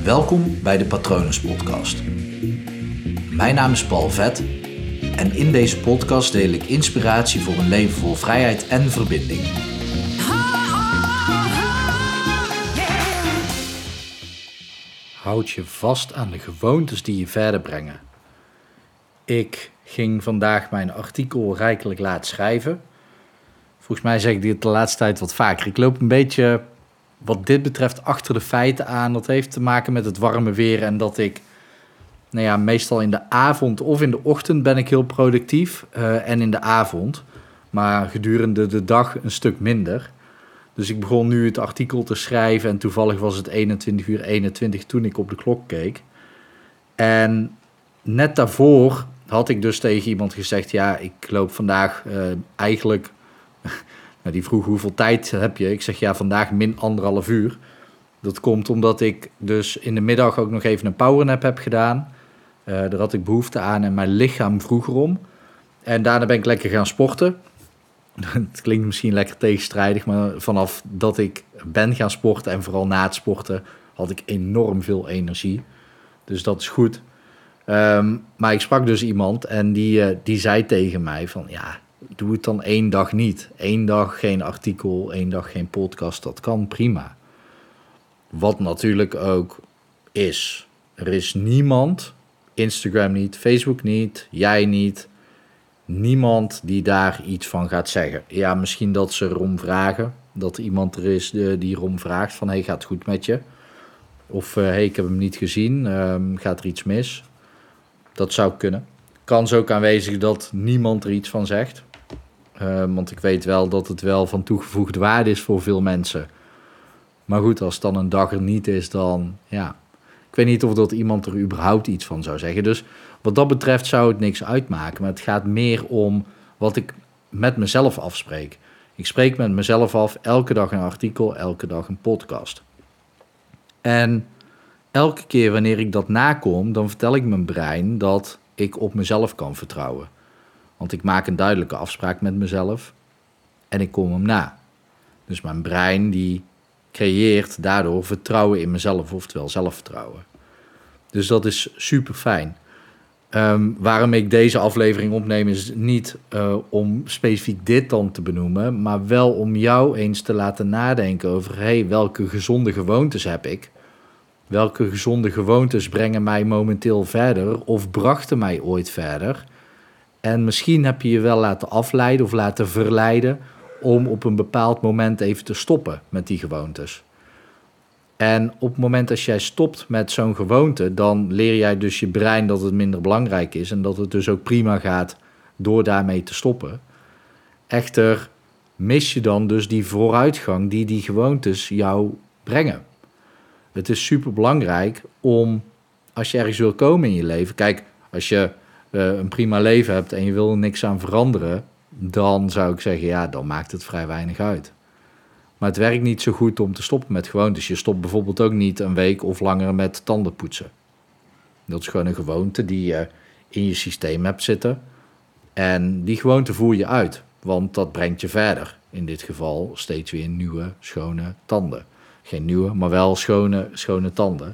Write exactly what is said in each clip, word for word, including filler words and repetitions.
Welkom bij de Patronus Podcast. Mijn naam is Paul Vet en in deze podcast deel ik inspiratie voor een leven vol vrijheid en verbinding. Houd je vast aan de gewoontes die je verder brengen. Ik ging vandaag mijn artikel rijkelijk laten schrijven. Volgens mij zeg ik dit de laatste tijd wat vaker. Ik loop een beetje wat dit betreft achter de feiten aan. Dat heeft te maken met het warme weer en dat ik, nou ja, meestal in de avond of in de ochtend ben ik heel productief uh, en in de avond. Maar gedurende de dag een stuk minder. Dus ik begon nu het artikel te schrijven en toevallig was het eenentwintig uur eenentwintig toen ik op de klok keek. En net daarvoor had ik dus tegen iemand gezegd, ja, ik loop vandaag uh, eigenlijk... nou, die vroeg hoeveel tijd heb je? Ik zeg ja, vandaag min anderhalf uur. Dat komt omdat ik dus in de middag ook nog even een powernap heb gedaan. Uh, daar had ik behoefte aan en mijn lichaam vroeg erom. En daarna ben ik lekker gaan sporten. Het klinkt misschien lekker tegenstrijdig, maar vanaf dat ik ben gaan sporten en vooral na het sporten had ik enorm veel energie. Dus dat is goed. Um, maar ik sprak dus iemand en die, uh, die zei tegen mij van ja, doe het dan één dag niet. Eén dag geen artikel, één dag geen podcast, dat kan prima. Wat natuurlijk ook is. Er is niemand, Instagram niet, Facebook niet, jij niet, niemand die daar iets van gaat zeggen. Ja, misschien dat ze erom vragen, dat iemand er is die erom vraagt van hey, gaat het goed met je? Of uh, hey, ik heb hem niet gezien, um, gaat er iets mis? Dat zou kunnen. Kans ook aanwezig dat niemand er iets van zegt. Uh, want ik weet wel dat het wel van toegevoegde waarde is voor veel mensen. Maar goed, als het dan een dag er niet is, dan ja. Ik weet niet of dat iemand er überhaupt iets van zou zeggen. Dus wat dat betreft zou het niks uitmaken. Maar het gaat meer om wat ik met mezelf afspreek. Ik spreek met mezelf af elke dag een artikel, elke dag een podcast. En elke keer wanneer ik dat nakom, dan vertel ik mijn brein dat ik op mezelf kan vertrouwen. Want ik maak een duidelijke afspraak met mezelf en ik kom hem na. Dus mijn brein die creëert daardoor vertrouwen in mezelf, oftewel zelfvertrouwen. Dus dat is super fijn. Um, waarom ik deze aflevering opneem is niet uh, om specifiek dit dan te benoemen, maar wel om jou eens te laten nadenken over hey, welke gezonde gewoontes heb ik? Welke gezonde gewoontes brengen mij momenteel verder of brachten mij ooit verder? En misschien heb je je wel laten afleiden of laten verleiden om op een bepaald moment even te stoppen met die gewoontes. En op het moment dat jij stopt met zo'n gewoonte, dan leer jij dus je brein dat het minder belangrijk is en dat het dus ook prima gaat door daarmee te stoppen. Echter mis je dan dus die vooruitgang die die gewoontes jou brengen. Het is super belangrijk om, als je ergens wil komen in je leven, kijk, als je uh, een prima leven hebt en je wil er niks aan veranderen, dan zou ik zeggen, ja, dan maakt het vrij weinig uit. Maar het werkt niet zo goed om te stoppen met gewoontes. Je stopt bijvoorbeeld ook niet een week of langer met tanden poetsen. Dat is gewoon een gewoonte die je in je systeem hebt zitten. En die gewoonte voer je uit, want dat brengt je verder. In dit geval steeds weer nieuwe, schone tanden. Geen nieuwe, maar wel schone, schone tanden.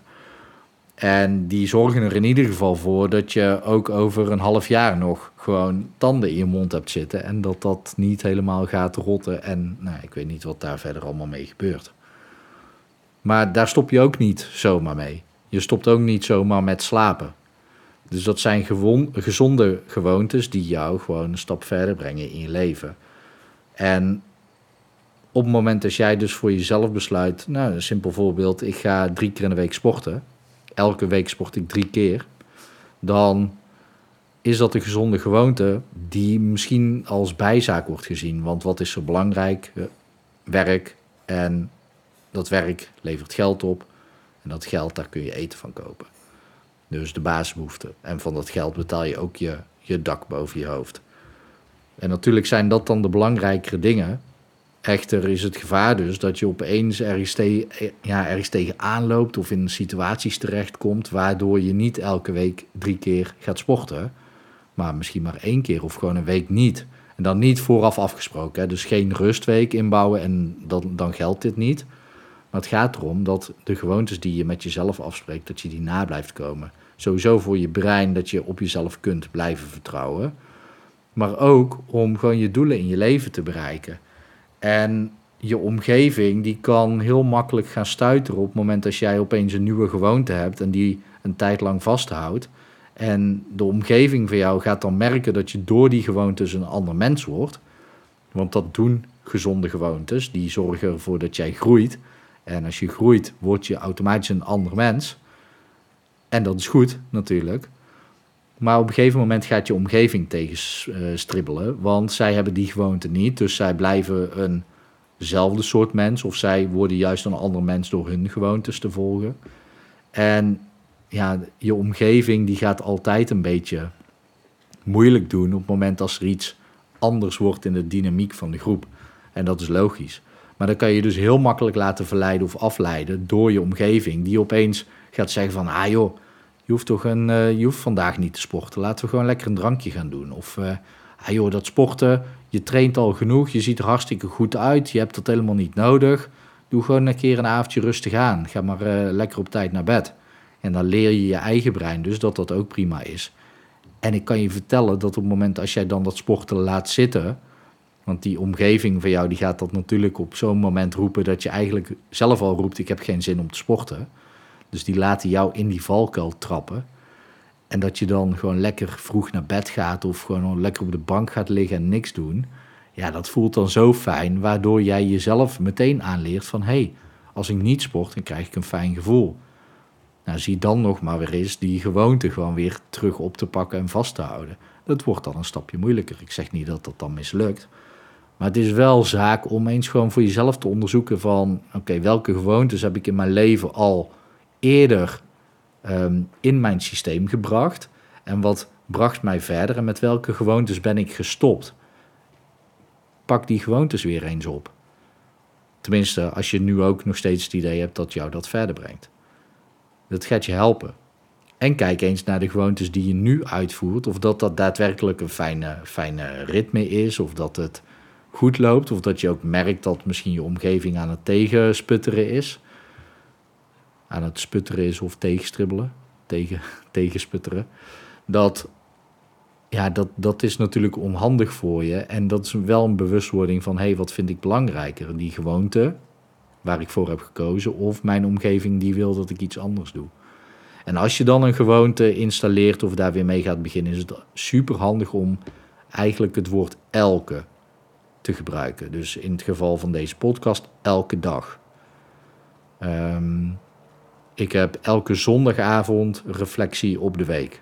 En die zorgen er in ieder geval voor dat je ook over een half jaar nog gewoon tanden in je mond hebt zitten. En dat dat niet helemaal gaat rotten. En nou, ik weet niet wat daar verder allemaal mee gebeurt. Maar daar stop je ook niet zomaar mee. Je stopt ook niet zomaar met slapen. Dus dat zijn gewoon, gezonde gewoontes die jou gewoon een stap verder brengen in je leven. En op het moment dat jij dus voor jezelf besluit, nou, een simpel voorbeeld, ik ga drie keer in de week sporten. Elke week sport ik drie keer. Dan is dat een gezonde gewoonte die misschien als bijzaak wordt gezien. Want wat is er belangrijk? Werk. En dat werk levert geld op. En dat geld, daar kun je eten van kopen. Dus de basisbehoeften. En van dat geld betaal je ook je, je dak boven je hoofd. En natuurlijk zijn dat dan de belangrijkere dingen. Echter is het gevaar dus dat je opeens ergens, te, ja, ergens tegenaan loopt of in situaties terechtkomt waardoor je niet elke week drie keer gaat sporten, maar misschien maar één keer of gewoon een week niet. En dan niet vooraf afgesproken, hè? Dus geen rustweek inbouwen en dan, dan geldt dit niet. Maar het gaat erom dat de gewoontes die je met jezelf afspreekt, dat je die na blijft komen. Sowieso voor je brein dat je op jezelf kunt blijven vertrouwen. Maar ook om gewoon je doelen in je leven te bereiken. En je omgeving die kan heel makkelijk gaan stuiteren op het moment dat jij opeens een nieuwe gewoonte hebt en die een tijd lang vasthoudt. En de omgeving van jou gaat dan merken dat je door die gewoontes een ander mens wordt. Want dat doen gezonde gewoontes. Die zorgen ervoor dat jij groeit. En als je groeit, word je automatisch een ander mens. En dat is goed, natuurlijk. Maar op een gegeven moment gaat je omgeving tegenstribbelen. Want zij hebben die gewoonte niet. Dus zij blijven eenzelfde soort mens. Of zij worden juist een ander mens door hun gewoontes te volgen. En ja, je omgeving die gaat altijd een beetje moeilijk doen op het moment als er iets anders wordt in de dynamiek van de groep. En dat is logisch. Maar dan kan je dus heel makkelijk laten verleiden of afleiden door je omgeving, die opeens gaat zeggen van, ah joh, je hoeft toch een, uh, je hoeft vandaag niet te sporten. Laten we gewoon lekker een drankje gaan doen. Of, uh, ah joh, dat sporten, je traint al genoeg, je ziet er hartstikke goed uit, je hebt dat helemaal niet nodig. Doe gewoon een keer een avondje rustig aan. Ga maar uh, lekker op tijd naar bed. En dan leer je je eigen brein dus dat dat ook prima is. En ik kan je vertellen dat op het moment als jij dan dat sporten laat zitten, want die omgeving van jou die gaat dat natuurlijk op zo'n moment roepen dat je eigenlijk zelf al roept, ik heb geen zin om te sporten. Dus die laten jou in die valkuil trappen. En dat je dan gewoon lekker vroeg naar bed gaat of gewoon lekker op de bank gaat liggen en niks doen. Ja, dat voelt dan zo fijn, waardoor jij jezelf meteen aanleert van, hé, hey, als ik niet sport, dan krijg ik een fijn gevoel. Nou, zie dan nog maar weer eens die gewoonte gewoon weer terug op te pakken en vast te houden. Dat wordt dan een stapje moeilijker. Ik zeg niet dat dat dan mislukt. Maar het is wel zaak om eens gewoon voor jezelf te onderzoeken van, oké, okay, welke gewoontes heb ik in mijn leven al eerder um, in mijn systeem gebracht? En wat bracht mij verder? En met welke gewoontes ben ik gestopt? Pak die gewoontes weer eens op. Tenminste, als je nu ook nog steeds het idee hebt dat jou dat verder brengt. Dat gaat je helpen. En kijk eens naar de gewoontes die je nu uitvoert. Of dat dat daadwerkelijk een fijne, fijne ritme is. Of dat het goed loopt. Of dat je ook merkt dat misschien je omgeving aan het tegensputteren is. Aan het sputteren is of tegenstribbelen. Tegen, tegensputteren. Dat, ja, dat, dat is natuurlijk onhandig voor je. En dat is wel een bewustwording van, hé, hey, wat vind ik belangrijker? Die gewoonte waar ik voor heb gekozen, of mijn omgeving die wil dat ik iets anders doe. En als je dan een gewoonte installeert of daar weer mee gaat beginnen, is het super handig om eigenlijk het woord elke te gebruiken. Dus in het geval van deze podcast, elke dag. Um, ik heb elke zondagavond reflectie op de week.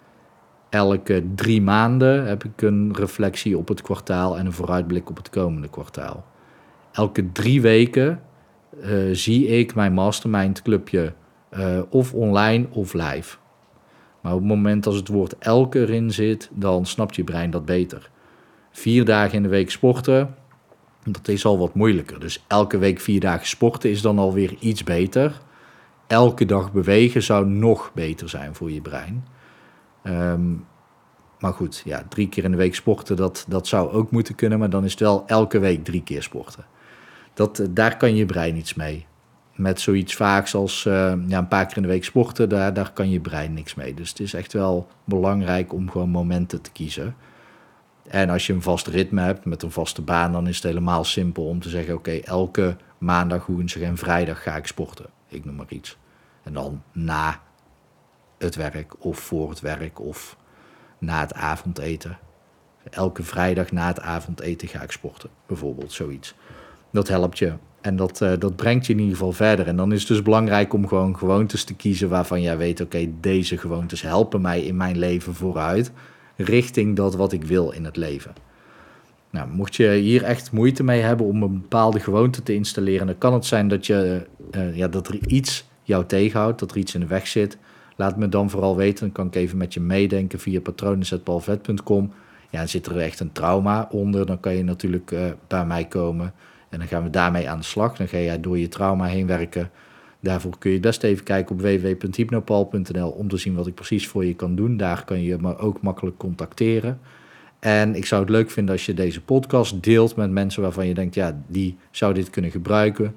Elke drie maanden heb ik een reflectie op het kwartaal en een vooruitblik op het komende kwartaal. Elke drie weken Uh, zie ik mijn mastermind clubje uh, of online of live. Maar op het moment als het woord elke erin zit, dan snapt je brein dat beter. Vier dagen in de week sporten, dat is al wat moeilijker. Dus elke week vier dagen sporten is dan alweer iets beter. Elke dag bewegen zou nog beter zijn voor je brein. Um, maar goed, ja, drie keer in de week sporten, dat, dat zou ook moeten kunnen. Maar dan is het wel elke week drie keer sporten. Dat, daar kan je brein iets mee. Met zoiets vaags als uh, ja, een paar keer in de week sporten, daar, daar kan je brein niks mee. Dus het is echt wel belangrijk om gewoon momenten te kiezen. En als je een vast ritme hebt met een vaste baan, dan is het helemaal simpel om te zeggen, oké, okay, elke maandag, woensdag en vrijdag ga ik sporten. Ik noem maar iets. En dan na het werk of voor het werk of na het avondeten. Elke vrijdag na het avondeten ga ik sporten, bijvoorbeeld zoiets. Dat helpt je en dat, uh, dat brengt je in ieder geval verder. En dan is het dus belangrijk om gewoon gewoontes te kiezen waarvan jij weet, oké, okay, deze gewoontes helpen mij in mijn leven vooruit, richting dat wat ik wil in het leven. Nou, mocht je hier echt moeite mee hebben om een bepaalde gewoonte te installeren, dan kan het zijn dat, je, uh, ja, dat er iets jou tegenhoudt, dat er iets in de weg zit. Laat me dan vooral weten, dan kan ik even met je meedenken via patronen apenstaartje paul vet punt com. Ja, zit er echt een trauma onder, dan kan je natuurlijk uh, bij mij komen. En dan gaan we daarmee aan de slag. Dan ga jij door je trauma heen werken. Daarvoor kun je het best even kijken op w w w punt hypnopal punt n l om te zien wat ik precies voor je kan doen. Daar kan je me ook makkelijk contacteren. En ik zou het leuk vinden als je deze podcast deelt met mensen waarvan je denkt, ja, die zou dit kunnen gebruiken.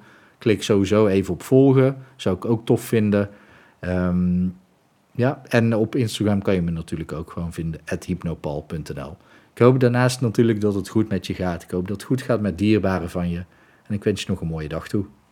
klik sowieso even op volgen. Zou ik ook tof vinden. Um, ja, en op Instagram kan je me natuurlijk ook gewoon vinden, at hypnopal punt n l. Ik hoop daarnaast natuurlijk dat het goed met je gaat. Ik hoop dat het goed gaat met dierbaren van je. En ik wens je nog een mooie dag toe.